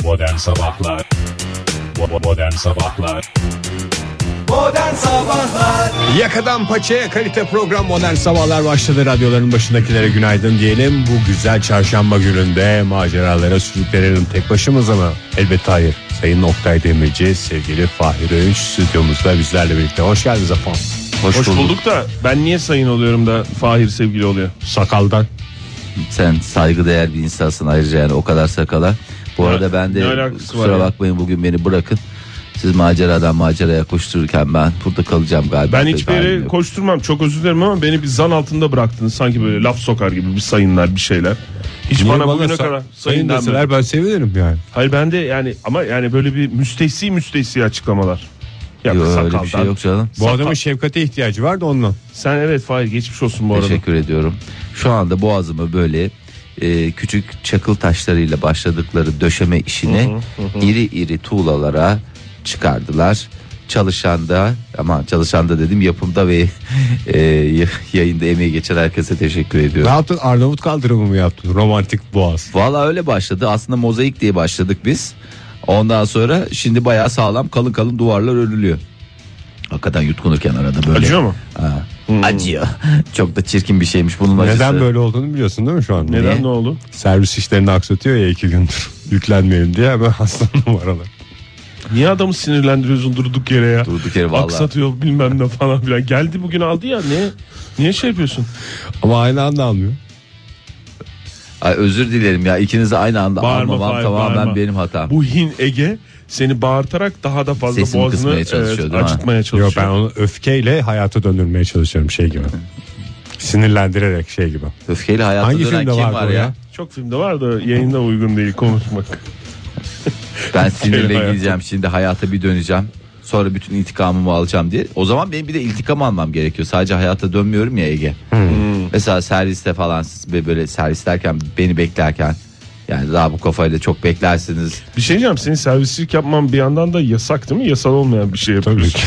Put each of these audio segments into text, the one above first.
Modern Sabahlar. Modern Sabahlar. Modern Sabahlar. Yakadan paçaya kalite program Modern Sabahlar başladı. Radyoların başındakilere günaydın diyelim. Bu güzel çarşamba gününde maceralara sürüklenelim. Tek başımıza mı? Elbette hayır. Sayın Oktay Demirci, sevgili Fahir Öğünç stüdyomuzda bizlerle birlikte. Hoş geldiniz efendim. Hoş bulduk da ben niye sayın oluyorum da Fahir sevgili oluyor? Sakaldan. Sen saygıdeğer bir insansın ayrıca, yani o kadar sakala. Bu arada ben de kusura bakmayın, bugün beni bırakın. Siz maceradan maceraya koştururken ben burada kalacağım galiba. Ben hiçbir yere koşturmam, çok özür dilerim ama beni bir zan altında bıraktınız. Sanki böyle laf sokar gibi bir sayınlar, bir şeyler. Hiç Niye bana bugüne kadar sayın deseler ben sevinirim yani. Hayır ben de yani ama yani böyle bir müstehsi açıklamalar. Yok öyle bir şey yok canım. Bu adamın şefkate ihtiyacı var da ondan. Sen evet Fahir, geçmiş olsun bu arada. Teşekkür ediyorum. Şu anda boğazımı böyle küçük çakıl taşlarıyla başladıkları döşeme işini iri iri tuğlalara çıkardılar. Çalışan da dedim, yapımda ve yayında emeği geçen herkese teşekkür ediyorum. Ne yaptın? Arnavut kaldırımı mı yaptın? Romantik boğaz. Valla öyle başladı. Aslında mozaik diye başladık biz. Ondan sonra şimdi bayağı sağlam kalın duvarlar örülüyor. Hakikaten yutkunurken arada böyle. Acıyor mu? Acıyor. Çok da çirkin bir şeymiş bunun acısı. Neden böyle olduğunu biliyorsun değil mi şu an? Neden ne oldu? Servis işlerini aksatıyor ya 2 gündür. Yüklenmeyelim diye hemen hasta numaralar. Niye adamı sinirlendiriyorsun durduk yere ya? Durduk yere vallahi. Aksatıyor bilmem ne falan filan. Geldi bugün aldı ya, niye şey yapıyorsun? Ama aynı anda almıyor. Ay özür dilerim ya, ikinizi aynı anda almamam tamamen benim hatam. Bu Hin Ege seni bağırtarak daha da fazla sesimi boğazını acıtmaya çalışıyor. Yok, ben onu öfkeyle hayata döndürmeye çalışıyorum şey gibi. Sinirlendirerek şey gibi. Öfkeyle hayata hangi dönen kim var ya? Çok filmde var da yayında uygun değil konuşmak. Ben sinirle gideceğim şimdi, hayata bir döneceğim. Sonra bütün intikamımı alacağım diye. O zaman benim bir de intikam almam gerekiyor. Sadece hayata dönmüyorum ya Ege. Mesela serviste falan, böyle servis derken beni beklerken, yani daha bu kafayla çok beklersiniz. Bir şey diyeceğim, senin servisçilik yapman bir yandan da yasak değil mi? Yasal olmayan bir şey yapıyorsun.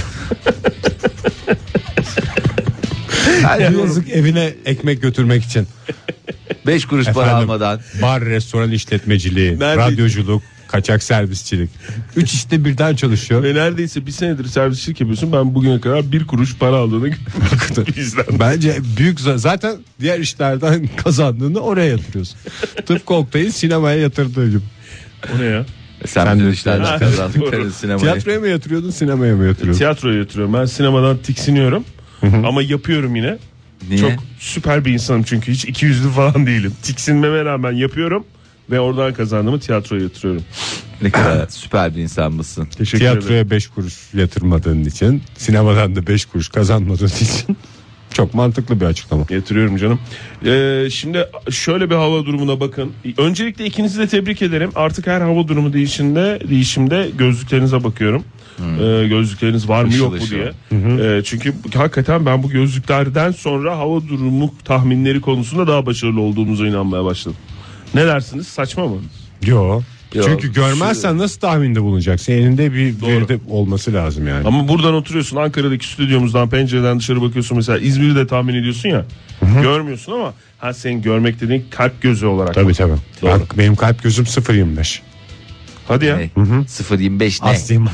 Yazık evine ekmek götürmek için. 5 kuruş para almadan. Bar, restoran işletmeciliği, radyoculuk, kaçak servisçilik. 3 işte birden çalışıyor. Ve neredeyse bir senedir servisçilik yapıyorsun. Ben bugüne kadar 1 kuruş para aldığını bizden. Bence büyük zaten diğer işlerden kazandığını oraya yatırıyorsun. Tıpkı Oktay'ın sinemaya yatırdığı gibi. O ne ya? Sen bütün işlerden kazandıkların sinemaya. Tiyatroya mı yatırıyordun, sinemaya mı yatırıyordun? Tiyatroya yatırıyorum. Ben sinemadan tiksiniyorum. Ama yapıyorum yine. Niye? Çok süper bir insanım çünkü hiç 200'lü falan değilim. Tiksinmeme rağmen yapıyorum ve oradan kazandığımı tiyatroya yatırıyorum. Ne kadar süper bir insan mısın? Teşekkür Tiyatroya ederim. 5 kuruş yatırmadığın için, sinemadan da 5 kuruş kazanmadığın için çok mantıklı bir açıklama. Yatırıyorum canım. Şimdi şöyle bir hava durumuna bakın. Öncelikle ikinizi de tebrik ederim. Artık her hava durumu değişimde gözlüklerinize bakıyorum. Gözlükleriniz var mı yok mu diye. Çünkü hakikaten ben bu gözlüklerden sonra hava durumu tahminleri konusunda daha başarılı olduğumuza inanmaya başladım. Ne dersiniz? Saçma mı? Yok. Çünkü görmezsen nasıl tahminde bulunacaksın? Elinde bir veri olması lazım yani. Ama buradan oturuyorsun, Ankara'daki stüdyomuzdan pencereden dışarı bakıyorsun, mesela İzmir'i de tahmin ediyorsun ya. Görmüyorsun ama senin görmek dediğin kalp gözü olarak. Tabii. Benim kalp gözüm 0.25. Hadi ya. 0.25 ne? Aslıyım.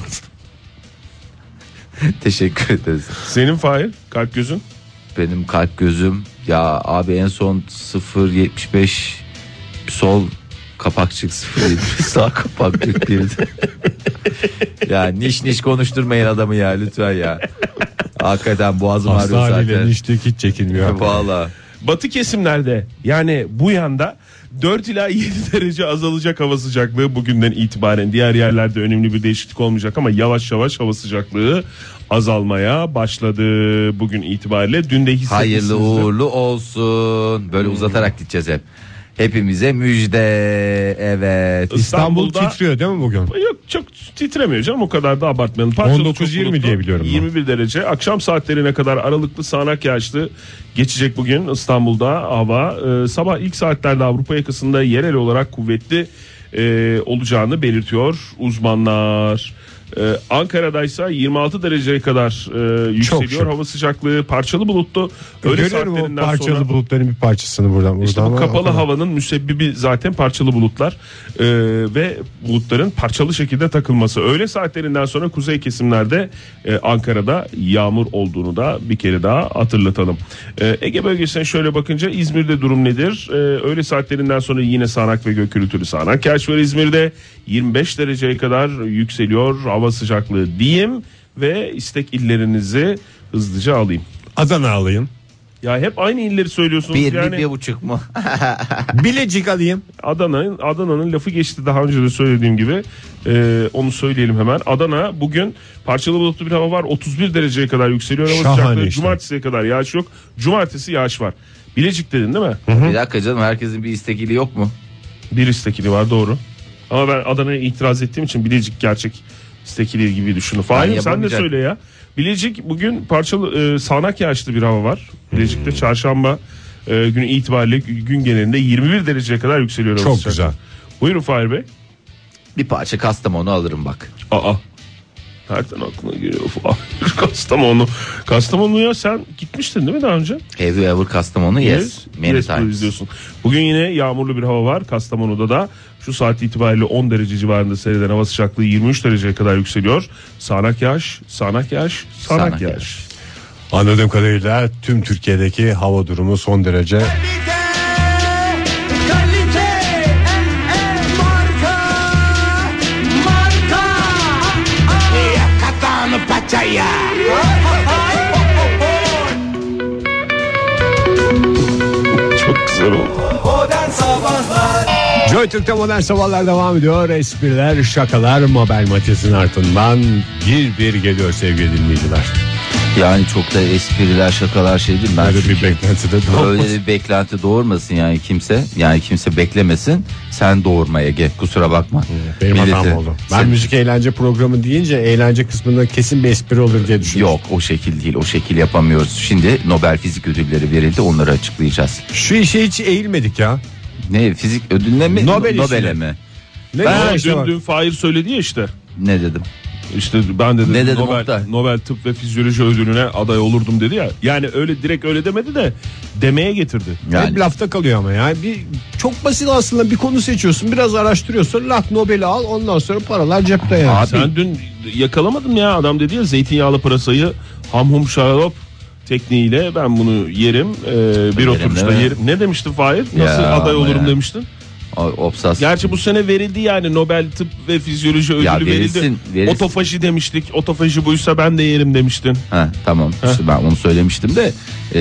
Teşekkür ederiz. Senin Fahir kalp gözün? Benim kalp gözüm ya abi en son 0.75 sol kapakçık 0.70 sağ kapakçık girdi. Ya niş konuşturmayın adamı ya lütfen ya. Hakikaten boğazım ağrıyor zaten. Hastane nişlik hiç çekinmiyor. Valla. Batı kesimlerde yani bu yanda 4 ila 7 derece azalacak hava sıcaklığı bugünden itibaren. Diğer yerlerde önemli bir değişiklik olmayacak ama yavaş yavaş hava sıcaklığı azalmaya başladı bugün itibariyle. Dün de hissetmişsinizdir. Hayırlı uğurlu olsun. Böyle uzatarak gideceğiz hep. Hepimize müjde. Evet. İstanbul titriyor değil mi bugün? Yok çok titremiyor canım, o kadar da abartmayalım. Parçalı 19-20 diye biliyorum. 21 derece. Akşam saatlerine kadar aralıklı sağanak yağışlı geçecek bugün İstanbul'da hava. Sabah ilk saatlerde Avrupa yakasında yerel olarak kuvvetli olacağını belirtiyor uzmanlar. Ankara'daysa 26 dereceye kadar yükseliyor. Hava sıcaklığı parçalı bulutlu. Öğle Görüyorum o saatlerinden parçalı sonra bulutların bir parçasını buradan. İşte bu ama kapalı havanın müsebbibi zaten parçalı bulutlar ve bulutların parçalı şekilde takılması. Öğle saatlerinden sonra kuzey kesimlerde Ankara'da yağmur olduğunu da bir kere daha hatırlatalım. Ege bölgesine şöyle bakınca İzmir'de durum nedir? Öğle saatlerinden sonra yine sağanak ve gök gürültülü sağanak yağış var İzmir'de. 25 dereceye kadar yükseliyor hava sıcaklığı diyeyim ve istek illerinizi hızlıca alayım. Adana alayım. Ya hep aynı illeri söylüyorsunuz. Bir yani. 1,5 mu? Bilecik alayım. Adana'nın lafı geçti daha önce de söylediğim gibi. Onu söyleyelim hemen. Adana bugün parçalı bulutlu bir hava var. 31 dereceye kadar yükseliyor hava sıcaklığı. Işte. Cumartesiye kadar yağış yok. Cumartesi yağış var. Bilecik dedin değil mi? Bir dakika canım, herkesin bir istekili yok mu? Bir istekili var, doğru. Ama ben Adana'ya itiraz ettiğim için Bilecik gerçek istekili gibi düşünün. Fahim sen de söyle ya. Bilecik bugün parçalı sağanak yağışlı bir hava var. Bilecik'te çarşamba günü itibariyle gün genelinde 21 dereceye kadar yükseliyor. Çok güzel. Buyurun Fahir Bey. Bir parça Kastamonu alırım bak. Nereden aklına geliyor Fahir? Kastamonu'ya sen gitmiştin değil mi daha önce? Have you ever Kastamonu? Yes. Many times. Diyorsun. Bugün yine yağmurlu bir hava var Kastamonu'da da. Şu saat itibariyle 10 derece civarında seyreden hava sıcaklığı 23 dereceye kadar yükseliyor. Sağanak yağış. Anladığım kadarıyla tüm Türkiye'deki hava durumu son derece. Çok güzel oldu. Modern Sabahlar. Joy Türk'te modern sabahlar devam ediyor. Espriler, şakalar Mabel Matiz'in ardından bir geliyor sevgili dinleyiciler. Yani çok da espriler, şakalar şey değil. Ben Böyle bir çünkü beklenti de doğmasın. öyle bir beklenti doğurmasın yani kimse. Yani kimse beklemesin. Sen doğurmaya gel. Kusura bakma. Benim hatam Milleti- oldu. Ben müzik eğlence programı deyince eğlence kısmında kesin bir espri olur diye düşündüm. Yok, o şekil değil. O şekil yapamıyoruz. Şimdi Nobel Fizik Ödülleri verildi. Onları açıklayacağız. Şu işe hiç eğilmedik ya. Ne, fizik ödülüne mi? Nobel Nobel'e işine. mi? Ne Ben işte bak. dün Fahir söyledi ya işte. Ne dedim? İşte ben de Ne dedim Nobel, Oktay? Nobel Tıp ve Fizyoloji ödülüne aday olurdum dedi ya. Yani öyle direkt öyle demedi de demeye getirdi. Yani Hep lafta kalıyor ama yani bir çok basit aslında, bir konu seçiyorsun, biraz araştırıyorsun, lak Nobel'i al, ondan sonra paralar cepte yani. Abi, sen dün yakalamadın ya, adam dedi ya zeytinyağlı pırasayı hamhum şarap tekniğiyle ben bunu yerim, bir oturuşta değil mi? yerim. Ne demiştin Fahir? Nasıl Ya, aday olurum yani. demiştin? Opsas. Gerçi bu sene verildi yani Nobel Tıp ve Fizyoloji ödülü Ya verildi. verilsin. Otofaji demiştik. Otofaji buysa ben de yerim demiştin. Tamam işte ben onu söylemiştim de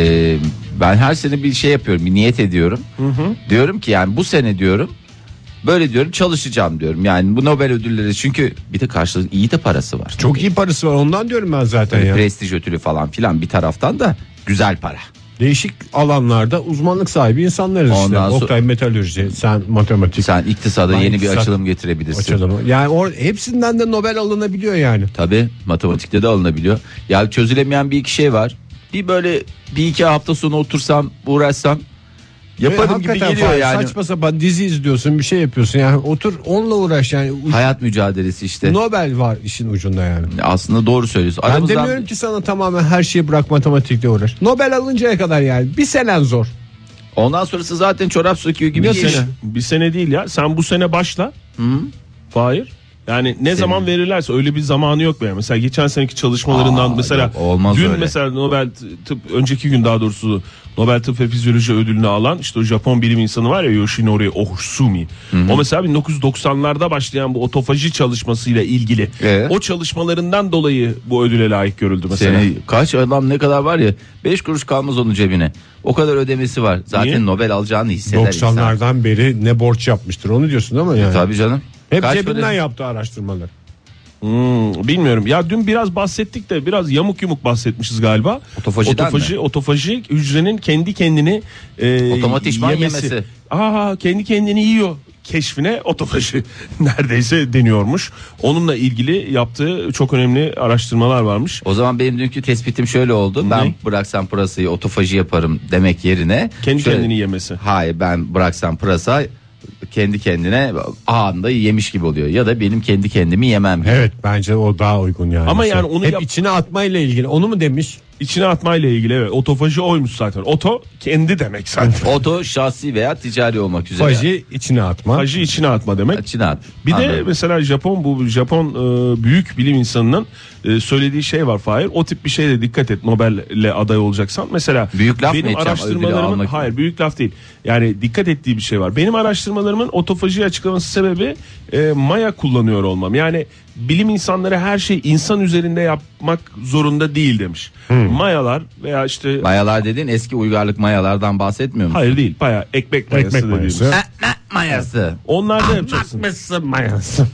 ben her sene bir şey yapıyorum, bir niyet ediyorum. Diyorum ki yani bu sene diyorum böyle diyorum çalışacağım diyorum. Yani bu Nobel ödülleri, çünkü bir de karşılığı iyi de parası var. Çok iyi parası var, ondan diyorum ben zaten ya. Prestij ödülü falan filan, bir taraftan da güzel para. Değişik alanlarda uzmanlık sahibi insanlarız işte. Ondan sonra- Oktay metalürji, sen matematik. Sen iktisada Ben yeni bir iktisat- açılım getirebilirsin. Açalım. Yani hepsinden de Nobel alınabiliyor yani. Tabii matematikte de alınabiliyor. Ya çözülemeyen bir iki şey var. Bir böyle bir iki hafta sonra otursam uğraşsam yaparım gibi Hakikaten geliyor Fahir, yani. saçma sapan dizi izliyorsun, bir şey yapıyorsun yani, otur onunla uğraş yani. Hayat mücadelesi işte. Nobel var işin ucunda yani. Aslında doğru söylüyorsun. Ben Aramızdan- demiyorum ki sana tamamen her şeyi bırak, matematikle uğraş. Nobel alıncaya kadar yani bir senen zor. Ondan sonrası zaten çorap söküyor gibi Nasıl geliyor. Bir sene değil ya. Sen bu sene başla. Fahir. Yani ne zaman verirlerse, öyle bir zamanı yok be. Mesela geçen seneki çalışmalarından mesela yok, olmaz dün öyle. mesela Nobel Tıp, önceki gün daha doğrusu Nobel Tıp ve Fizyoloji ödülünü alan işte o Japon bilim insanı var ya, Yoshinori Ohsumi. O mesela 1990'larda başlayan bu otofaji çalışmasıyla ilgili o çalışmalarından dolayı bu ödüle layık görüldü mesela. Seni kaç adam, ne kadar var ya, 5 kuruş kalmaz onun cebine. O kadar ödemesi var. Zaten Niye? Nobel alacağını hisseder 90'lardan beri ne borç yapmıştır onu diyorsun değil mi yani? Tabii canım. Hep Kaç cebinden böyle- yaptı araştırmaları. Bilmiyorum. Ya dün biraz bahsettik de biraz yamuk yumuk bahsetmişiz galiba. Otofajiden mi? Otofaji hücrenin kendi kendini Otomatikman yemesi. Kendi kendini yiyor keşfine otofaji neredeyse deniyormuş. Onunla ilgili yaptığı çok önemli araştırmalar varmış. O zaman benim dünkü tespitim şöyle oldu. Ne? Ben bıraksam pırasayı otofaji yaparım demek yerine Kendi kendini yemesi. Hayır, ben bıraksam pırasa kendi kendine anında yemiş gibi oluyor. Ya da benim kendi kendimi yemem gibi. Evet, bence o daha uygun yani. Ama yani onu hep içine atmayla ilgili. Onu mu demiş? İçine atmayla ilgili, evet. Otofaji oymuş zaten. Oto kendi demek zaten. Oto şahsi veya ticari olmak üzere. Faji içine atma. Faji içine atma demek. İçine at. Bir de Anladım. mesela Japon büyük bilim insanının söylediği şey var Fahir. O tip bir şeyle dikkat et, Nobel'le aday olacaksan. Mesela Büyük laf mı benim edeceğim, ödülü araştırmalarımın, almak için? hayır büyük laf değil. Yani dikkat ettiği bir şey var. Benim araştırmalarımın otofajiyi açıklaması sebebi maya kullanıyor olmam. Yani bilim insanları her şeyi insan üzerinde yapmak zorunda değil demiş. Mayalar veya işte Mayalar dediğin eski uygarlık mayalardan bahsetmiyor musun? hayır değil, bayağı ekmek mayası Ekmek dediğimiz. mayası. Mayası. Onlarda yapacaksın. Mısır mayası.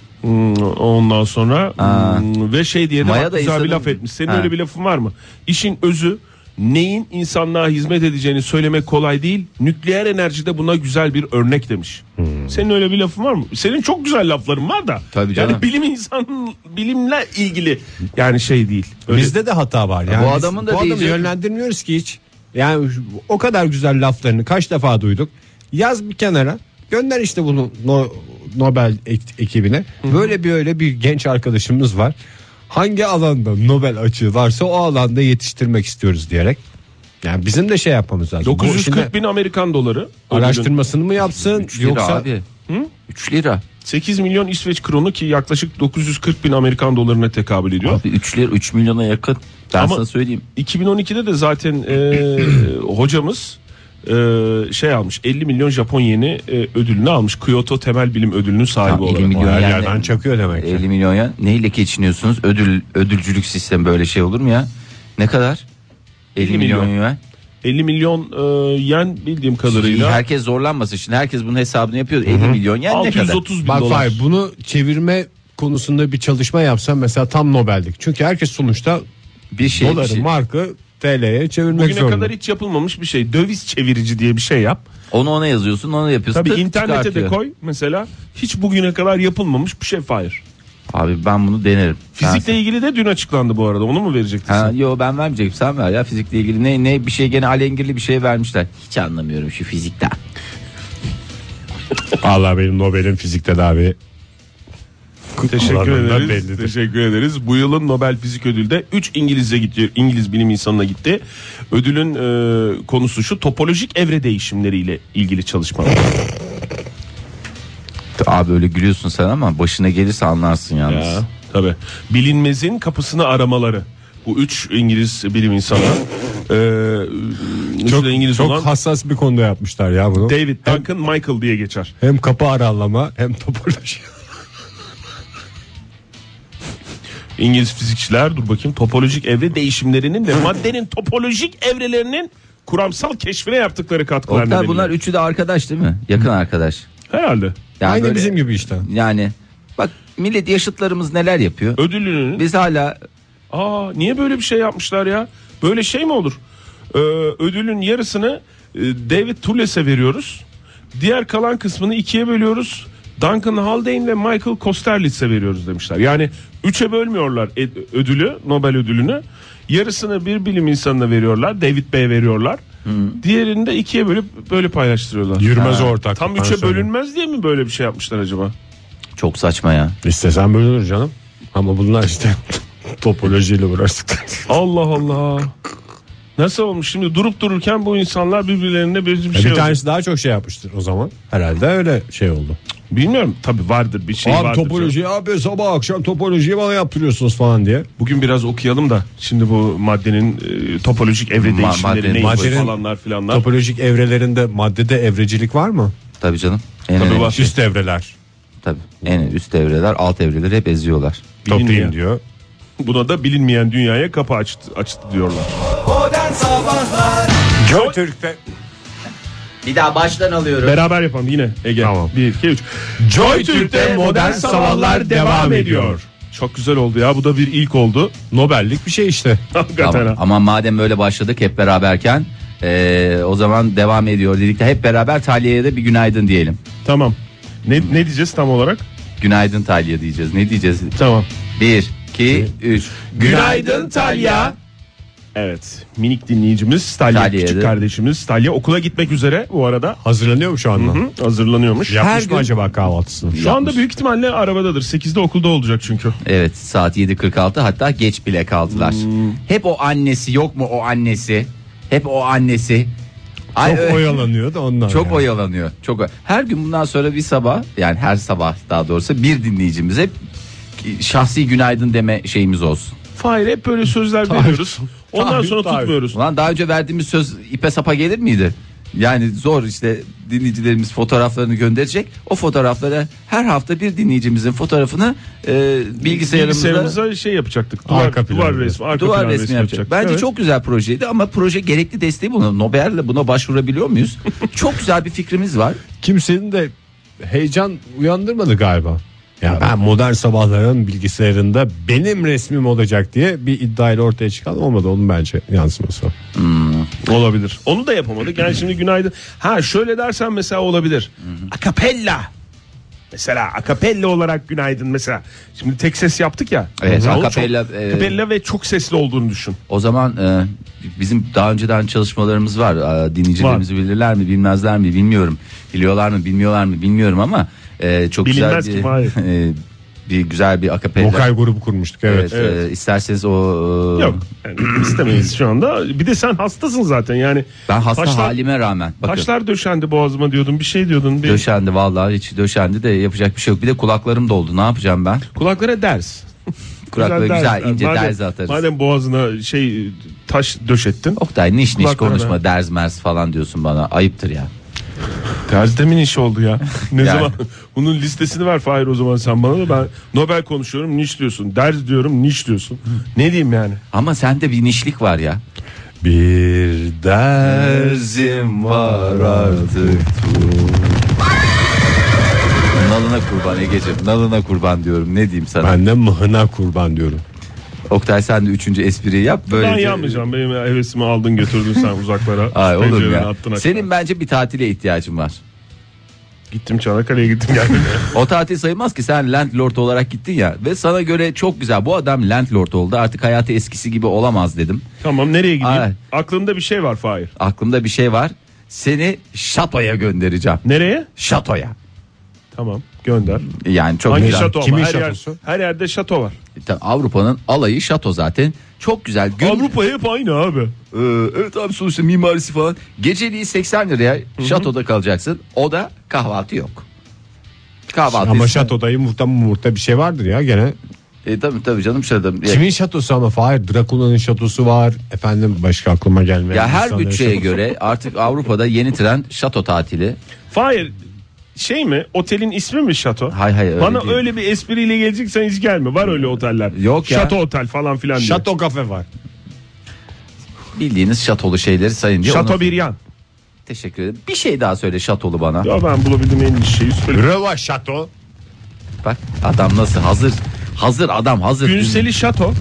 Ondan sonra ve şey diye de Maya bak, da güzel bir insanın- laf etmiş. Senin Ha. öyle bir lafın var mı? İşin özü, neyin insanlığa hizmet edeceğini söylemek kolay değil. Nükleer enerjide buna güzel bir örnek demiş. Senin öyle bir lafın var mı? Senin çok güzel lafların var da. Tabii canım. Yani bilimle ilgili yani şey değil. Öyle. Bizde de hata var. Yani Bu biz adamın da bu adamı diyecek- yönlendirmiyoruz ki hiç. Yani o kadar güzel laflarını kaç defa duyduk. Yaz bir kenara. Gönder işte bunu Nobel ekibine. Böyle bir genç arkadaşımız var. Hangi alanda Nobel açığı varsa o alanda yetiştirmek istiyoruz diyerek. Yani bizim de şey yapmamız lazım. 940 bin Amerikan doları. araştırmasını mı yapsın 3 lira yoksa abi. 3 lira. 8 milyon İsveç kronu ki yaklaşık 940 bin Amerikan dolarına tekabül ediyor. Abi 3 lira 3 milyona yakın. Ben Ama sana söyleyeyim. 2012'de de zaten hocamız şey almış, 50 milyon Japon yeni ödülünü almış. Kyoto Temel Bilim Ödülünün sahibi Tamam, 50 olarak. milyon her yani- yerden çakıyor demek ki. 50 milyon ya. Neyle geçiniyorsunuz? Ödülcülük sistemi böyle şey olur mu ya? Ne kadar? 50 milyon milyon. ya. 50 milyon yen bildiğim kadarıyla Herkes zorlanmasın. Şimdi herkes bunun hesabını yapıyor. 50 milyon yen ne kadar? 630 bin Bak dolar. Fahir, bunu çevirme konusunda bir çalışma yapsam mesela tam Nobel'dik. Çünkü herkes sonuçta Bir şey. doları, Bir şey. markı TL'ye çevirmek Bugüne zorunda. kadar hiç yapılmamış bir şey. Döviz çevirici diye bir şey yap. Onu ona yazıyorsun, onu yapıyorsun. Tabii Tık, internete de çıkartıyor. koy mesela. Hiç bugüne kadar yapılmamış bir şey Fahir. Abi ben bunu denerim. Fizikle ilgili de dün açıklandı bu arada. Onu mu verecektin Ha, sen? yo ben vermeyecektim, sen ver ya, fizikle ilgili ne bir şey, gene alengirli bir şey vermişler. Hiç anlamıyorum şu fizikten. Allah, benim Nobel'in fizik tedavi Teşekkür kullanımından ederiz. bellidir. Teşekkür ederiz. Bu yılın Nobel Fizik Ödülü de 3 İngiliz'e gidiyor. İngiliz bilim insanına gitti. Ödülün konusu şu: topolojik evre değişimleriyle ilgili çalışmalar. Abi öyle gülüyorsun sen ama başına gelirse anlarsın yalnız. Ya, tabii. Bilinmezin kapısını aramaları. Bu 3 İngiliz bilim insanı. Çok İngiliz Çok olan hassas bir konuda yapmışlar ya bunu. David Duncan Michael diye geçer. Hem kapı aralama hem topoloji. İngiliz fizikçiler, dur bakayım, topolojik evre değişimlerinin ve maddenin topolojik evrelerinin kuramsal keşfine yaptıkları katkılar Oktay, nedeniyle. bunlar üçü de arkadaş değil mi? Yakın arkadaş. Herhalde. Yani Aynı böyle- bizim gibi işte. Yani bak, millet, yaşıtlarımız neler yapıyor? Ödülünün Biz hala niye böyle bir şey yapmışlar ya? Böyle şey mi olur? Ödülün yarısını David Tulles'e veriyoruz. Diğer kalan kısmını 2'ye bölüyoruz. Duncan Haldane ve Michael Kosterlitz'e veriyoruz demişler. Yani 3'e bölmüyorlar ödülü, Nobel ödülünü. Yarısını bir bilim insanına veriyorlar. David Bey'e veriyorlar. Diğerini de 2'ye bölüp böyle paylaştırıyorlar. Yürümez ortak. Tam 3'e bölünmez diye mi böyle bir şey yapmışlar acaba? çok saçma ya. İstesen bölünür canım. Ama bunlar işte topolojiyle uğraştık. Allah Allah. Nasıl olmuş şimdi, durup dururken bu insanlar birbirlerine bir şey bir oldu. tanesi daha çok şey yapmıştır o zaman. Herhalde öyle şey oldu. Bilmiyorum, tabii vardır bir şey, Abi vardır. topoloji, abi sabah akşam topolojiyi bana yaptırıyorsunuz falan diye. Bugün biraz okuyalım da şimdi bu maddenin topolojik evre değişimleri neymiş maddenin- falanlar filanlar. Topolojik evrelerinde maddede evrecilik var mı? Tabii canım. En Tabii önemli var. şey. Üst evreler. Tabii. En üst evreler, alt evreleri hep eziyorlar. Bilinmeyen. Toplayın diyor. Buna da bilinmeyen dünyaya kapı açtı diyorlar. Modern Sabahlar Joy Türk'te Bir daha baştan alıyorum. Beraber yapalım yine Ege. Tamam. 1, 2, 3. Joy Türk'te modern sabahlar devam ediyor. Çok güzel oldu ya, bu da bir ilk oldu. Nobel'lik bir şey işte. Hakikaten Tamam. ha. Ama madem böyle başladık hep beraberken, o zaman devam ediyor dedik de hep beraber Talya'ya da bir günaydın diyelim. Tamam. Ne diyeceğiz tam olarak? Günaydın Talya diyeceğiz. Ne diyeceğiz? Tamam. 1, 2, 3. Günaydın Talya. Evet, minik dinleyicimiz Talya, küçük kardeşimiz Talya okula gitmek üzere bu arada. Hazırlanıyor mu şu anda? Hazırlanıyormuş. Yapmış mı acaba kahvaltısını? Şu anda büyük ihtimalle arabadadır. 8'de okulda olacak çünkü. Evet, saat 7.46, hatta geç bile kaldılar. Hep o annesi, yok mu o annesi? Hep o annesi. Çok oyalanıyor da ondan. Çok oyalanıyor. Her gün bundan sonra bir sabah, yani her sabah daha doğrusu bir dinleyicimize şahsi günaydın deme şeyimiz olsun. Fahir, hep böyle sözler veriyoruz. Ondan sonra tutmuyoruz. Ulan daha önce verdiğimiz söz ipe sapa gelir miydi? Yani zor işte, dinleyicilerimiz fotoğraflarını gönderecek. O fotoğraflara her hafta bir dinleyicimizin fotoğrafını bilgisayarımıza şey yapacaktık. Duvar resmi yapacak. Bence çok güzel projeydi ama proje gerekli desteği bulun. Nobel'le buna başvurabiliyor muyuz? Çok güzel bir fikrimiz var. Kimsenin de heyecan uyandırmadı galiba. Ya ben modern sabahların bilgisayarında benim resmim olacak diye bir iddiayla ortaya çıkan olmadı, onun bence yansıması. Olabilir. Onu da yapamadık. Yani şimdi günaydın. Şöyle dersen mesela olabilir. Akapella. Mesela akapella olarak günaydın mesela. Şimdi tek ses yaptık ya. Evet, akapella ve çok sesli olduğunu düşün. O zaman bizim daha önceden çalışmalarımız var. Dinleyicilerimizi bilirler mi bilmezler mi bilmiyorum. Biliyorlar mı bilmiyorum ama çok bilinmez güzel bir güzel bir akapella. Vokal grubu kurmuştuk, evet. İsterseniz o yok yani istemeyiz şu anda. Bir de sen hastasın zaten yani. Ben hasta halime rağmen. Bakın. Taşlar döşendi boğazıma diyordun, bir şey diyordun. Döşendi vallahi, hiç döşendi de yapacak bir şey yok. Bir de kulaklarım doldu. Ne yapacağım ben? Kulaklara ders. Kulaklara güzel ince derz atarız. Madem boğazına taş döşettin. Oktay niş konuşma, derz mers falan diyorsun bana. Ayıptır ya. Terzide mi niş oldu ya? Ne zaman? Bunun listesini ver Fahir o zaman sen bana da. Ben Nobel konuşuyorum, niş diyorsun. Derz diyorum, niş diyorsun. Ne diyeyim yani? Ama sende bir nişlik var ya. Bir derzim var artık. Nalına kurban Egeciğim, nalına kurban diyorum. Ne diyeyim sana? Ben de mıhına kurban diyorum. Oktay sen de 3. espriyi yap. Ben yapmayacağım. Benim hevesimi aldın götürdün sen uzaklara. Ay olur ya. Senin bence bir tatile ihtiyacın var. Gittim Çanakkale'ye gittim geldim. O tatil sayılmaz ki, sen landlord olarak gittin ya. Ve sana göre çok güzel. Bu adam landlord oldu, artık hayatı eskisi gibi olamaz dedim. Tamam, nereye gideyim? Aklımda bir şey var Fahir. Aklımda bir şey var. Seni şatoya göndereceğim. Nereye? Şatoya. Tamam, gönder. Yani çok hangi güzel. şato? Kimin şatosu? Her yerde şato var. Avrupa'nın alayı şato zaten. Çok güzel. Avrupa hep aynı abi. Evet abi, sonuçta mimarisi falan. Geceliği 80 liraya şatoda kalacaksın. O da kahvaltı yok. Kahvaltı. Ama şatoda yumurta bir şey vardır ya gene. Tabii canım şurada. Kimin şatosu ama Fahir? Drakula'nın şatosu var. Efendim başka aklıma gelmeyen. Ya her bütçeye göre artık Avrupa'da yeni trend şato tatili. Fahir, mi? Otelin ismi mi şato? Hayır. Bana öyle bir espriyle geleceksen hiç gelme. Var öyle oteller. Yok ya. Şato otel falan filan diye. Şato kafe var. Bildiğiniz şatolu şeyleri sayın diye. Şato Biryan. Teşekkür ederim. Bir şey daha söyle şatolu bana. Ya ben bulabildim en iyi şeyi söyle. Röva şato. Bak adam nasıl hazır. Hazır adam hazır. Günseli şato.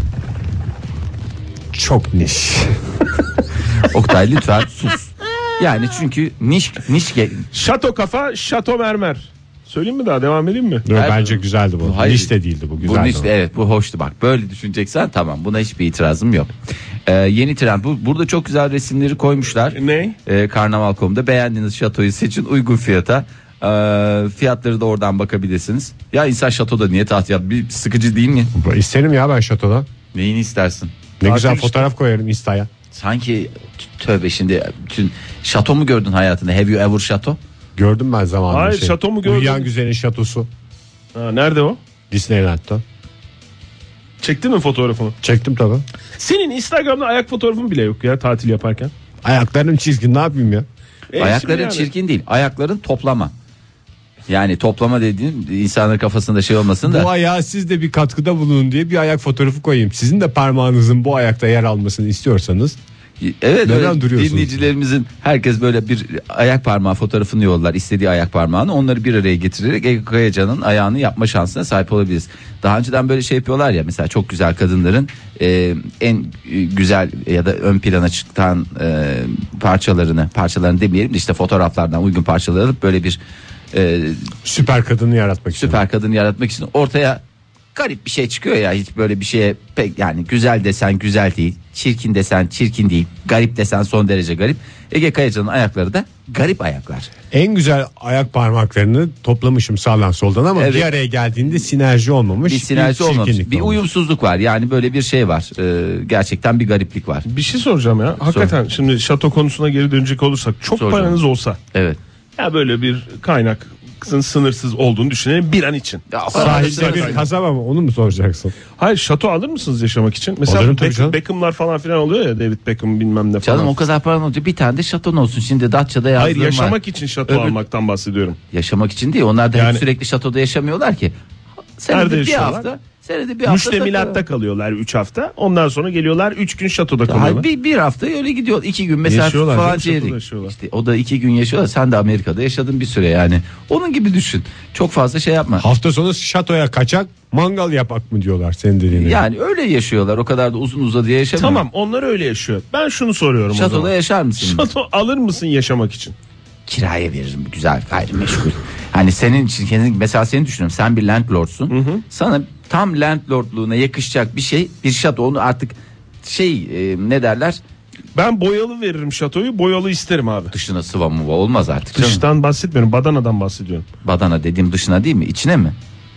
Çok niş. Oktay lütfen sus. Yani çünkü niş. Şato kafa, şato mermer. Söyleyeyim mi daha, devam edeyim mi? Bence güzeldi bu. Hayır. Niş de değildi bu, güzeldi. Evet, bu hoştu bak. Böyle düşüneceksen tamam, buna hiçbir itirazım yok. Yeni trend bu. Burada çok güzel resimleri koymuşlar. Ne? Karnaval.com'da beğendiğiniz şatoyu seçin uygun fiyata. Fiyatları da oradan bakabilirsiniz. Ya insan şatoda niye tatil yap? Bir sıkıcı değil mi? İsterim ya ben şatodan. Neyini istersin? Ne güzel fotoğraf koyarım Insta'ya. Sanki tövbe, şimdi bütün şato mu gördün hayatında? Have you ever şato? Gördüm ben zamanında. Hayır, şato mu gördün? Uyuyan Güzel'in şatosu. Nerede o? Disneyland'da. Çektin mi fotoğrafını? Çektim tabii. Senin Instagram'da ayak fotoğrafın bile yok ya tatil yaparken. Ayaklarım çirkin, ne yapayım ya? Ayakların yani çirkin değil, ayakların toplama. Yani toplama dediğim insanların kafasında şey olmasın da. Bu ayağa siz de bir katkıda bulunun diye bir ayak fotoğrafı koyayım. Sizin de parmağınızın bu ayakta yer almasını istiyorsanız. Evet, dinleyicilerimizin herkes böyle bir ayak parmağı fotoğrafını yollar, istediği ayak parmağını, onları bir araya getirerek Ege Kayacan'ın ayağını yapma şansına sahip olabiliriz. Daha önceden böyle şey yapıyorlar ya, mesela çok güzel kadınların en güzel ya da ön plana çıkan parçalarını demeyelim de işte fotoğraflardan uygun parçaları alıp böyle bir süper kadını yaratmak için. Süper kadını yaratmak için ortaya garip bir şey çıkıyor ya, hiç böyle bir şeye pek, yani güzel desen güzel değil, çirkin desen çirkin değil, garip desen son derece garip. Ege Kayacan'ın ayakları da garip ayaklar. En güzel ayak parmaklarını toplamışım sağdan soldan ama Evet. bir araya geldiğinde sinerji olmamış. Bir sinerji olmamış, çirkinlik bir olmuş. uyumsuzluk var, yani böyle bir şey var. Gerçekten bir gariplik var. Bir şey soracağım ya. Hakikaten şimdi şato konusuna geri dönecek olursak çok Soracağım. paranız olsa Evet. ya böyle bir kaynak sınırsız olduğunu düşünelim bir an için. Ya, Sahilde bir kasaba mı, onu mu soracaksın? Hayır, şato alır mısınız yaşamak için? Mesela Alırım tabii canım. Beckham'lar falan filan oluyor ya, David Beckham bilmem ne falan. Canım o kadar paran olunca bir tane de şaton olsun. Şimdi Datça'da yazdığım Hayır, yaşamak var. için şato almaktan bahsediyorum. Yaşamak için değil. Onlar da hep Yani- sürekli şatoda yaşamıyorlar ki. Senede Nerede bir yaşıyorlar? hafta. Senede bir hafta. Müştemilatta kalıyorlar 3 hafta. Ondan sonra geliyorlar 3 gün şatoda kalıyorlar. Hayır, bir hafta öyle gidiyor. 2 gün mesela Yaşıyorlar falan canım, şatoda çeyrek. yaşıyorlar. İşte o da 2 gün yaşıyorlar. Sen de Amerika'da yaşadın bir süre yani. Onun gibi düşün. Çok fazla şey yapma. Hafta sonu şatoya kaçak mangal yapak mı diyorlar senin dediğine. Yani öyle yaşıyorlar. O kadar da uzun uzadıya yaşamıyor. Tamam, onlar öyle yaşıyor. Ben şunu soruyorum o Şatoda zaman. yaşar mısın? Şato alır mısın yaşamak için? Kiraya veririm, güzel gayrimeşgul. Hani senin için, mesela seni düşünüyorum, sen bir landlordsun. Sana tam landlordluğuna yakışacak bir şey, bir şato, onu artık ne derler, Ben boyalı veririm şatoyu, boyalı isterim abi. dışına sıva mıva olmaz artık canım. Dıştan bahsetmiyorum, badanadan bahsediyorum. Badana dediğim dışına değil mi, içine mi?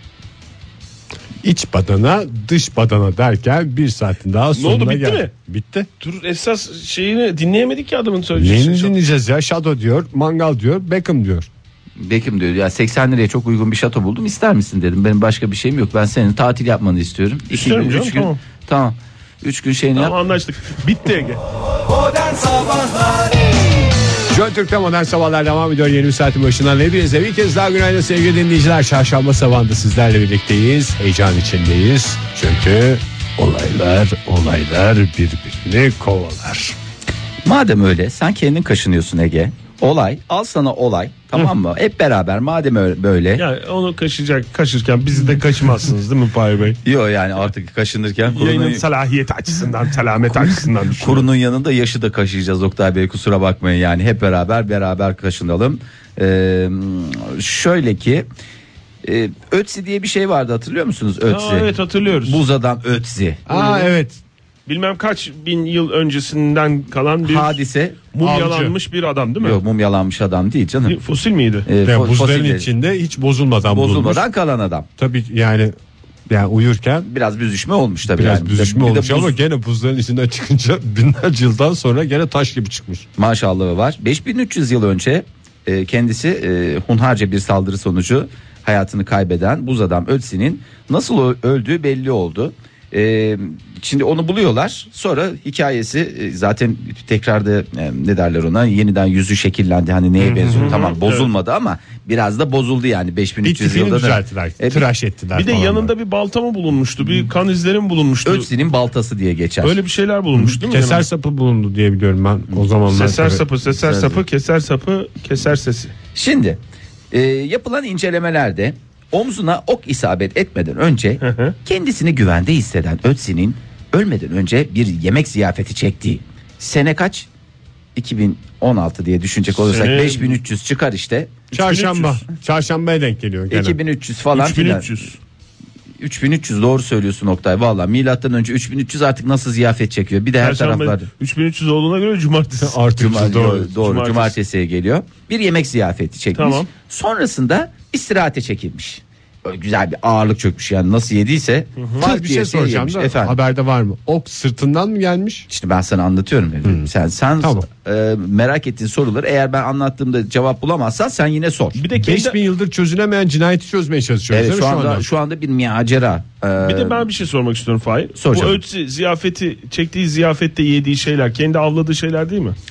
İç badana dış badana derken bir saatin daha sonuna oldu, bitti geldik. mi? Bitti. Dur, esas şeyini dinleyemedik ki adamın söyleyeceği Neyini şey. dinleyeceğiz ya? Şato diyor, mangal diyor, Beckham diyor. Beckham diyor ya, 80 liraya çok uygun bir şato buldum, ister misin dedim. Benim başka bir şeyim yok, ben senin tatil yapmanı istiyorum. 2 İstiyorum gün canım, 3 gün. tamam. Tamam. 3 gün şeyini Tamam, yap. anlaştık. Bitti Ege. Modern Sabahlar Jön Türk'te modern sabahlar devam ediyor. Yeni bir saatin başından hepinize bir kez daha günaydın sevgili dinleyiciler. Çarşamba sabahında sizlerle birlikteyiz. Heyecan içindeyiz. Çünkü olaylar birbirini kovalar. Madem öyle, sen kendin kaşınıyorsun Ege. Olay, al sana olay, tamam mı? Hep beraber, madem öyle böyle. Yani onu kaşırken bizi de kaşımazsınız değil mi Fahir Bey? Yok yani artık kaşınırken Yayının salahiyeti açısından, selameti açısından düşünüyorum. kurunun yanında yaşı da kaşıyacağız Oktay Bey, kusura bakmayın yani, hep beraber kaşınalım. Şöyle ki Ötzi diye bir şey vardı, hatırlıyor musunuz Ötzi? Aa, evet, hatırlıyoruz. Buz adam Ötzi. Aa evet. Bilmem kaç bin yıl öncesinden kalan bir Hadise. mumyalanmış bir adam değil mi? Yok, mumyalanmış adam değil canım. Bir fosil miydi? Yani buzların Fosilleri. içinde hiç bozulmadan bulunmuş. Bozulmadan kalan adam. Tabii yani uyurken Biraz büzüşme olmuş tabii. biraz yani. büzüşme Bir de olmuş buz- ama gene buzların içinden çıkınca binlerce yıldan sonra gene taş gibi çıkmış. Maşallahı var. 5300 yıl önce kendisi hunharca bir saldırı sonucu hayatını kaybeden buz adam Ötzi'nin nasıl öldüğü belli oldu. Şimdi onu buluyorlar. Sonra hikayesi zaten tekrarda ne derler ona, yeniden yüzü şekillendi. Hani neye benziyor? Tamam, bozulmadı ama biraz da bozuldu yani 5300 Bittiğini yılda da. düzelttiler. Tıraş ettiler Bir de falan yanında böyle. bir balta mı bulunmuştu? Bir kan izleri mi bulunmuştu? Ötzi'nin baltası diye geçer. Öyle bir şeyler bulunmuş değil mi? Keser yanında? sapı bulundu diye biliyorum ben o zamanlar. Seser tabii. sapı, seser sapı, keser sapı, keser sesi. Şimdi yapılan incelemelerde omzuna ok isabet etmeden önce kendisini güvende hisseden Ötzi'nin ölmeden önce bir yemek ziyafeti çektiği, sene kaç? 2016 diye düşünecek olursak Sene- 5300 çıkar işte. Çarşamba. Çarşambaya denk geliyor gene. 2300 falan filan. 3300. 3300 doğru söylüyorsun Oktay, valla milattan önce 3300 artık nasıl ziyafet çekiyor, bir de her Perşembe taraflarda 3300 olduğuna göre cumartesi. Artık doğru. doğru cumartesiye geliyor. Bir yemek ziyafeti çekmiş. Tamam. Sonrasında istirahate çekilmiş. Böyle güzel bir ağırlık çökmüş yani, nasıl yediyse. Var tık bir diye şey soracağım yemiş. da Efendim. haberde var mı? Ok sırtından mı gelmiş? İşte ben sana anlatıyorum. Sen Tamam. merak ettiğin soruları eğer ben anlattığımda cevap bulamazsan sen yine sor. Bir de kendi, 5000 yıldır çözülemeyen cinayeti çözmeye çalışıyoruz Evet, değil mi şu anda bir macera. bir de ben bir şey sormak istiyorum Fahir. Sor Bu canım. Ötzi ziyafeti çektiği ziyafette yediği şeyler kendi avladığı şeyler değil mi?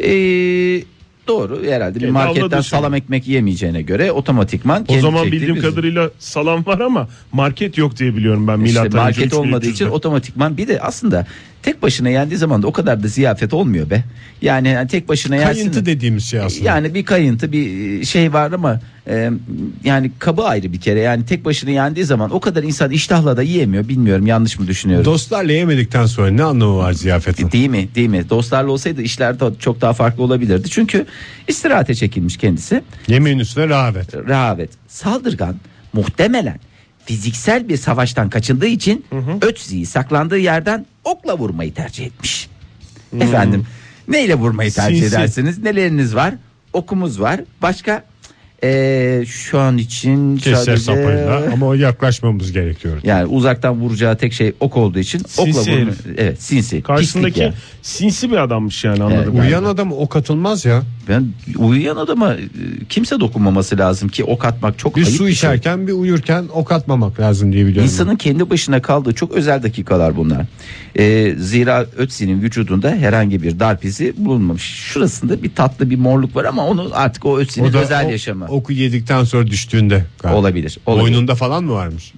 Doğru herhalde, bir Kendi marketten avladığı salam ekmek yemeyeceğine göre otomatikman O kendi zaman çektiği bildiğim bir- kadarıyla salam var ama market yok diye biliyorum ben İşte milattan önce market olmadığı 3300'de. için otomatikman, bir de aslında tek başına yendiği zaman da o kadar da ziyafet olmuyor be. Yani tek başına yersin. Kayıntı dediğimiz şey aslında. Yani bir kayıntı, bir şey var ama yani kabı ayrı bir kere. Yani tek başına yendiği zaman o kadar insan iştahla da yiyemiyor. Bilmiyorum, yanlış mı düşünüyorum? Dostlarla yemedikten sonra ne anlamı var ziyafetin? Değil mi? Değil mi? Dostlarla olsaydı işler de çok daha farklı olabilirdi. Çünkü istirahate çekilmiş kendisi. Yemeğin üstüne rağbet. Rehavet, saldırgan, muhtemelen fiziksel bir savaştan kaçındığı için Ötzi'yi saklandığı yerden okla vurmayı tercih etmiş. Efendim, neyle vurmayı tercih edersiniz? Neleriniz var? Okumuz var. Başka? Şu an için Keser sadece sapıyla ama yaklaşmamız gerekiyor. yani uzaktan vuracağı tek şey ok olduğu için okla vurma. Evet, sinsi. Karşısındaki yani. sinsi bir adammış yani, anladım. Evet, Uyuyan adamı ok atılmaz ya. Ben uyuyan adama kimse dokunmaması lazım ki ok atmak çok Bir ayıp su bir şey. içerken bir uyurken ok atmamak lazım diye biliyorum. İnsanın kendi başına kaldığı çok özel dakikalar bunlar. Zira Ötzi'nin vücudunda herhangi bir darp izi bulunmamış. Şurasında bir tatlı bir morluk var ama onu artık o Ötzi'nin özel yaşamı. Oku yedikten sonra düştüğünde galiba. Olabilir. Boynunda falan mı varmış?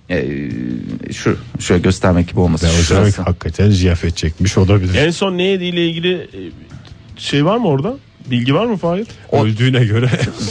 Şöyle göstermek gibi olmasın. O zaman Şurası. hakikaten ziyafet çekmiş olabilir. En son ne yediğiyle ilgili şey var mı orada? Bilgi var mı Fahir? Öldüğüne göre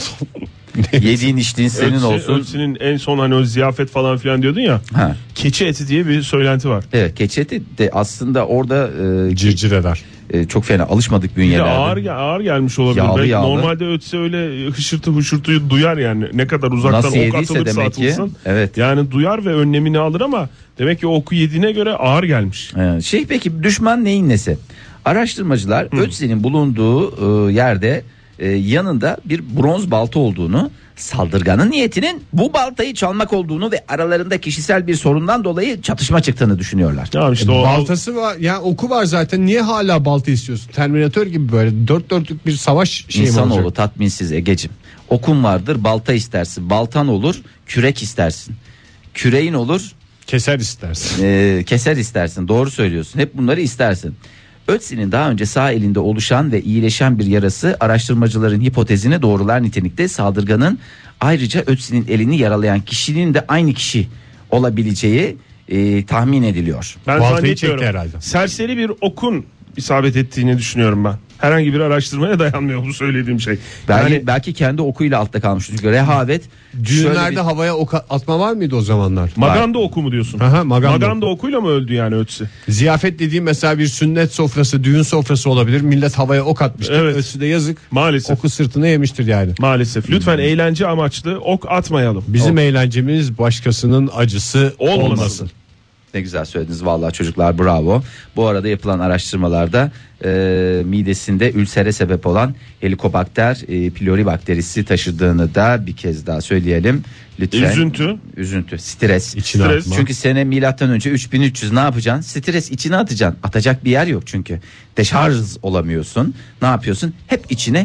Yediğin içtiğin senin olsun. Ötzi'nin en son hani o ziyafet falan filan diyordun ya. Ha. Keçi eti diye bir söylenti var. Evet, keçi eti de aslında orada cırcır eder. çok fena alışmadık Bir de bünyelerde. ağır gelmiş olabilir. Yağlı, Belki yağlı. Normalde Ötzi öyle hışırtıyı duyar yani. Ne kadar uzaktan Nasıl ok yediyse atılırsa demek ki, atılsın. evet. Yani duyar ve önlemini alır ama demek ki oku yediğine göre ağır gelmiş. Peki düşman neyin nesi? Araştırmacılar Ötzi'nin bulunduğu yerde yanında bir bronz balta olduğunu, saldırganın niyetinin bu baltayı çalmak olduğunu ve aralarında kişisel bir sorundan dolayı çatışma çıktığını düşünüyorlar. Ya işte o Baltası var ya, oku var zaten, niye hala balta istiyorsun? Terminator gibi böyle dört dörtlük bir savaş şeyi mi İnsanoğlu olacak? tatminsiz Egecim. Okun vardır, balta istersin. Baltan olur, kürek istersin. Küreğin olur, Keser istersin. keser istersin. Doğru söylüyorsun. Hep bunları istersin. Ötzi'nin daha önce sağ elinde oluşan ve iyileşen bir yarası araştırmacıların hipotezini doğrular nitelikte. Saldırganın ayrıca Ötzi'nin elini yaralayan kişinin de aynı kişi olabileceği tahmin ediliyor. ben Baltayı zannetmiyorum. çekti herhalde. Serseri bir okun isabet ettiğini düşünüyorum ben. Herhangi bir araştırmaya dayanmıyor bu söylediğim şey. Belki kendi okuyla altta kalmış. Çünkü rehavet. Düğünlerde havaya ok atma var mıydı o zamanlar? Maganda oku mu diyorsun? Aha, Maganda okuyla mı öldü yani Ötzi? Ziyafet dediğim mesela bir sünnet sofrası, düğün sofrası olabilir. Millet havaya ok atmıştır. Evet. Ötzi de yazık. Maalesef. Oku sırtına yemiştir yani. Maalesef. Lütfen eğlence amaçlı ok atmayalım. Bizim eğlencemiz başkasının acısı olmasın. Ne güzel söylediniz vallahi çocuklar, bravo. Bu arada yapılan araştırmalarda midesinde ülsere sebep olan Helicobacter pylori bakterisi taşıdığını da bir kez daha söyleyelim. Lütfen. Üzüntü, stres. İçine atma. Çünkü sene milattan önce 3300 ne yapacaksın? Stres içine atacaksın. Atacak bir yer yok çünkü. Deşarj olamıyorsun. Ne yapıyorsun? Hep içine.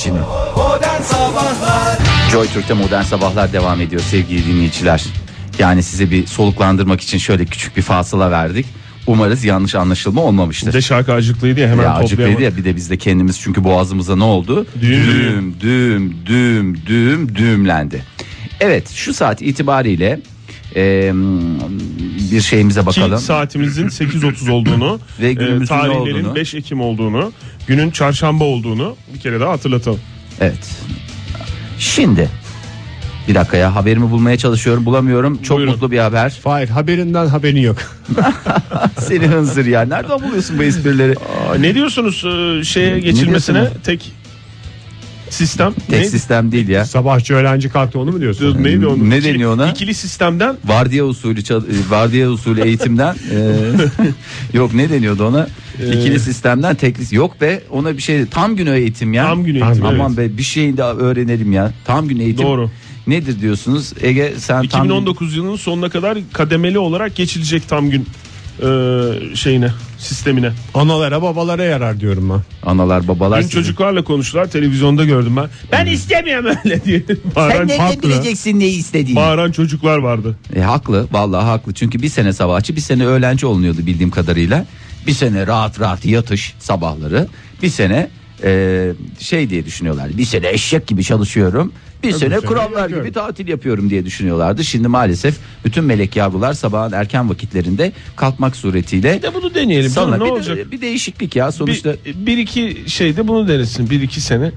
Modern Sabahlar. Joy Türk'te Modern Sabahlar devam ediyor sevgili dinleyiciler. Yani size bir soluklandırmak için şöyle küçük bir fasıla verdik. Umarız yanlış anlaşılma olmamıştır. De şarkı acıklıydı ya, hemen Acıklıydı toplayamadım. ya, bir de biz de kendimiz çünkü boğazımıza ne oldu? Düğümlendi. Evet, şu saat itibariyle bir şeyimize bakalım. Ki saatimizin 8.30 olduğunu Ve günümüzün tarihlerin olduğunu. 5 Ekim olduğunu, günün çarşamba olduğunu bir kere daha hatırlatalım. Evet. Şimdi bir dakika ya, haberimi bulmaya çalışıyorum, bulamıyorum. Çok Buyurun. mutlu bir haber. Hayır, haberinden haberin yok. Seni hınzır ya. Nereden buluyorsun bu esprileri? Ne diyorsunuz şeye geçilmesine? diyorsun? Tek sistem. Tek Neydi? sistem değil ya. Sabahçı öğlenci kalktı, onu mu diyorsun? Neydi onun? Ne deniyor ona? İkili sistemden Vardiya usulü eğitimden yok, ne deniyordu ona? İkili sistemden tekli yok be, ona bir şey, tam gün eğitim ya. Tam gün eğitim, Aman evet. be, bir şey de öğrenelim ya. Tam gün eğitim. Doğru. Nedir diyorsunuz Ege, sen 2019 yılının sonuna kadar kademeli olarak geçilecek tam gün sistemine. Analara babalara yarar diyorum ben. analar babalar Dün sizin. çocuklarla konuştular, televizyonda gördüm ben. Ben istemiyorum öyle diye. Sen nereden bileceksin neyi istediğini? Bağıran çocuklar vardı. Haklı, vallahi haklı. Çünkü bir sene sabahçı, bir sene öğlenci olunuyordu bildiğim kadarıyla. Bir sene rahat yatış sabahları. Bir sene diye düşünüyorlar. Bir sene eşek gibi çalışıyorum. Bir sene krallar yapıyorum. gibi tatil yapıyorum diye düşünüyorlardı. Şimdi maalesef bütün melek yavrular sabahın erken vakitlerinde kalkmak suretiyle. Bir de bunu deneyelim. Sana Ne olacak? bir değişiklik ya sonuçta. Bir iki şeyde bunu denesin. 1-2 sene.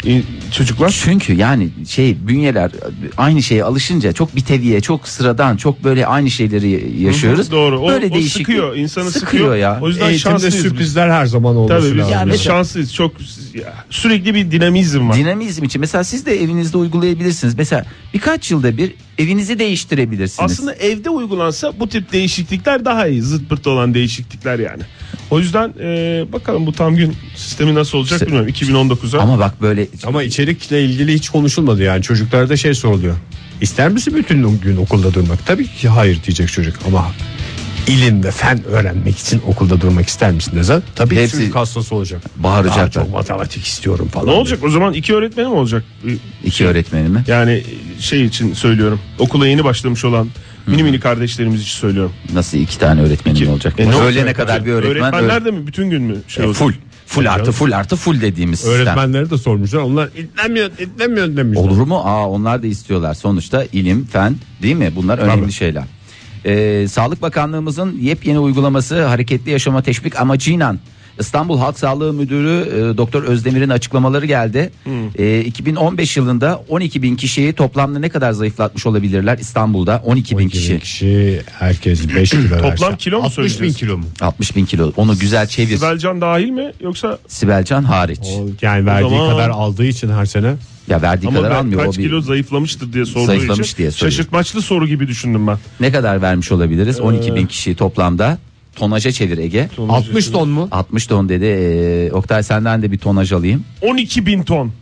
Çocuklar. Çünkü yani bünyeler aynı şeye alışınca çok biteviye, çok sıradan, çok böyle aynı şeyleri yaşıyoruz. Doğru. O değişik sıkıyor, insanı sıkıyor ya. O yüzden Eğitimde şanslıyız. sürprizler her zaman olması Tabii lazım. biz şanslıyız. Çok sürekli bir dinamizm var. Dinamizm için mesela siz de evinizde uygulayabilirsiniz. Mesela birkaç yılda bir evinizi değiştirebilirsiniz. Aslında evde uygulansa bu tip değişiklikler daha iyi. Zıt pırt olan değişiklikler yani. O yüzden bakalım bu tam gün sistemi nasıl olacak bilmiyorum 2019'a. Ama bak böyle Ama içerikle ilgili hiç konuşulmadı yani. Çocuklara da soruluyor. İster misin bütün gün okulda durmak? Tabii ki hayır diyecek çocuk ama ilim ve fen öğrenmek için okulda durmak ister misin desen tabii ki çocuk hastası olacak. Bağıracaklar. Daha çok matematik istiyorum falan. Ne olacak o zaman 2 öğretmeni mi olacak? 2 öğretmeni mi? Yani için söylüyorum. Okula yeni başlamış olan mini kardeşlerimiz için söylüyorum. Nasıl 2 tane öğretmenim olacak? Öğlene kadar bir öğretmen. Öğretmenler de mi bütün gün mü? Full artı full dediğimiz sistem. Öğretmenleri de sormuşlar. Onlar itlemiyor demişler. Olur mu? Onlar da istiyorlar. Sonuçta ilim, fen değil mi? Bunlar önemli şeyler. Sağlık Bakanlığımızın yepyeni uygulaması hareketli yaşama teşvik amacıyla İstanbul Halk Sağlığı Müdürü Doktor Özdemir'in açıklamaları geldi. 2015 yılında 12 bin kişiyi toplamda ne kadar zayıflatmış olabilirler İstanbul'da? 12 bin kişi. Herkes 5 kilo verse. Toplam kilo mu 60 bin kilo mu? 60 bin kilo. Onu güzel çevir. Sibelcan dahil mi yoksa? Sibelcan hariç. Yani verdiği zaman... kadar aldığı için her sene. Ya verdiği ama kadar almıyor. Kaç kilo zayıflamıştır diye sorduğu için şaşırtmaçlı soru gibi düşündüm ben. Ne kadar vermiş olabiliriz? 12 bin kişi toplamda. Tonaja çevir Ege. 60 ton mu? 60 ton dedi. Oktay senden de bir tonaj alayım. 12 bin ton.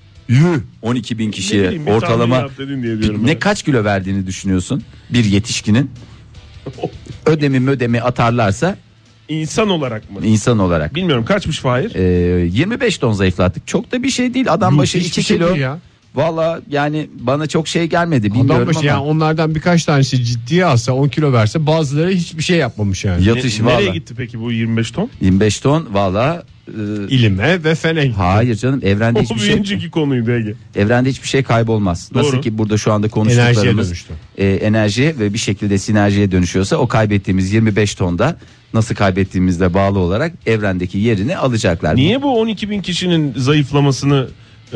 12 bin kişiye bileyim, ortalama ne kaç kilo verdiğini düşünüyorsun bir yetişkinin? ödemi atarlarsa insan olarak mı? İnsan olarak. Bilmiyorum kaçmış Fahir? 25 ton zayıflattık. Çok da bir şey değil. Adam başı 2 kilo. Ya. Valla yani bana çok şey gelmedi. Bilmiyorum adam başı ama. yani onlardan birkaç tanesi ciddiye alsa 10 kilo verse bazıları hiçbir şey yapmamış yani. Nereye gitti peki bu 25 ton? 25 ton valla. İlime ve fene gitti. Hayır canım evrende hiçbir şey. O bir önceki konuydu Ege. Evrende hiçbir şey kaybolmaz. Doğru. Nasıl ki burada şu anda konuştuklarımız enerji ve bir şekilde sinerjiye dönüşüyorsa o kaybettiğimiz 25 tonda nasıl kaybettiğimizle bağlı olarak evrendeki yerini alacaklar. Niye bu 12 bin kişinin zayıflamasını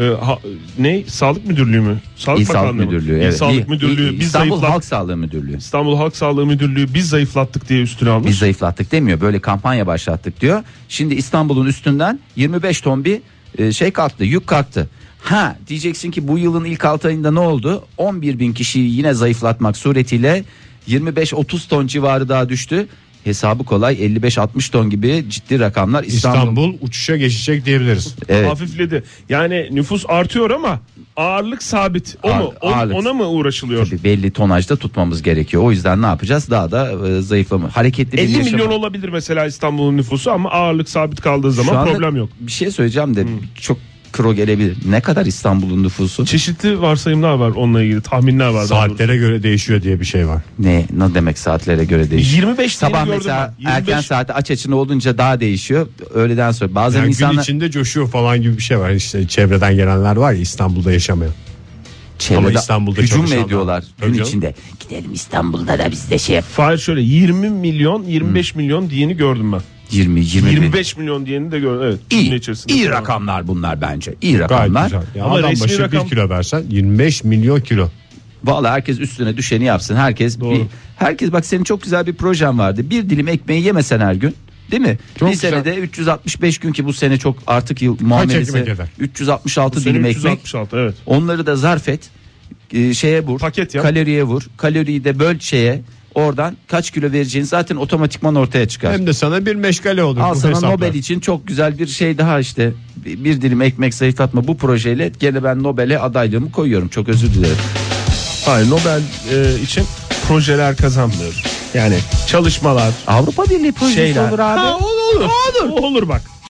Sağlık Müdürlüğü mü? Sağlık Müdürlüğü. Evet. Sağlık Müdürlüğü İstanbul Halk Sağlığı Müdürlüğü. İstanbul Halk Sağlığı Müdürlüğü biz zayıflattık diye üstüne almış. Biz zayıflattık demiyor. Böyle kampanya başlattık diyor. Şimdi İstanbul'un üstünden 25 ton bir kalktı. Yük kalktı. Diyeceksin ki bu yılın ilk 6 ayında ne oldu? 11 bin kişiyi yine zayıflatmak suretiyle 25-30 ton civarı daha düştü. Hesabı kolay 55-60 ton gibi ciddi rakamlar. İstanbul uçuşa geçecek diyebiliriz. Evet. Hafifledi. Yani nüfus artıyor ama ağırlık sabit. Ona mı uğraşılıyor? Tabii belli tonajda tutmamız gerekiyor. O yüzden ne yapacağız? Daha da zayıflama. Hareketli bir 50 yaşam. milyon olabilir mesela İstanbul'un nüfusu ama ağırlık sabit kaldığı zaman problem yok. Bir şey söyleyeceğim de çok kro gelebilir. Ne kadar İstanbul'un nüfusu? Çeşitli varsayımlar var onunla ilgili, tahminler var. Saatlere göre değişiyor diye bir şey var. Ne demek saatlere göre değişiyor? 25 sabah mesela erken saate aç açını olunca daha değişiyor. Öğleden sonra bazen yani insanlar gün içinde coşuyor falan gibi bir şey var. İşte çevreden gelenler var ya İstanbul'da yaşamayan. Ama İstanbul'da hücum mu ediyorlar gün canım. içinde? Gidelim İstanbul'da da biz de şey. Fahir şöyle 20 milyon 25 milyon diyeni gördüm ben. 25 milyon diyeni de gördüm. Evet. İyi rakamlar bunlar bence. İyi rakamlar. Ama adam başı rakam... 1 kilo versen 25 milyon kilo. Vallahi herkes üstüne düşeni yapsın. Herkes bak senin çok güzel bir projen vardı. Bir dilim ekmeği yemesen her gün. Değil mi? Çok bir senede 365 gün ki bu sene çok artık yıl muamelesi 366 dilim 366, ekmek. Evet. Onları da zarf et. Şeye vur. Paket yap. Kaloriye vur. Kaloriyi de böl şeye. Oradan kaç kilo vereceğin zaten otomatikman ortaya çıkar. Hem de sana bir meşgale olur. Al sana Nobel için çok güzel bir şey daha işte. Bir dilim ekmek zayıflatma bu projeyle gene ben Nobel'e adaylığımı koyuyorum. Çok özür dilerim. Hayır Nobel için projeler kazanmıyor. Yani çalışmalar. Avrupa Birliği projesi olur abi. Olur bak.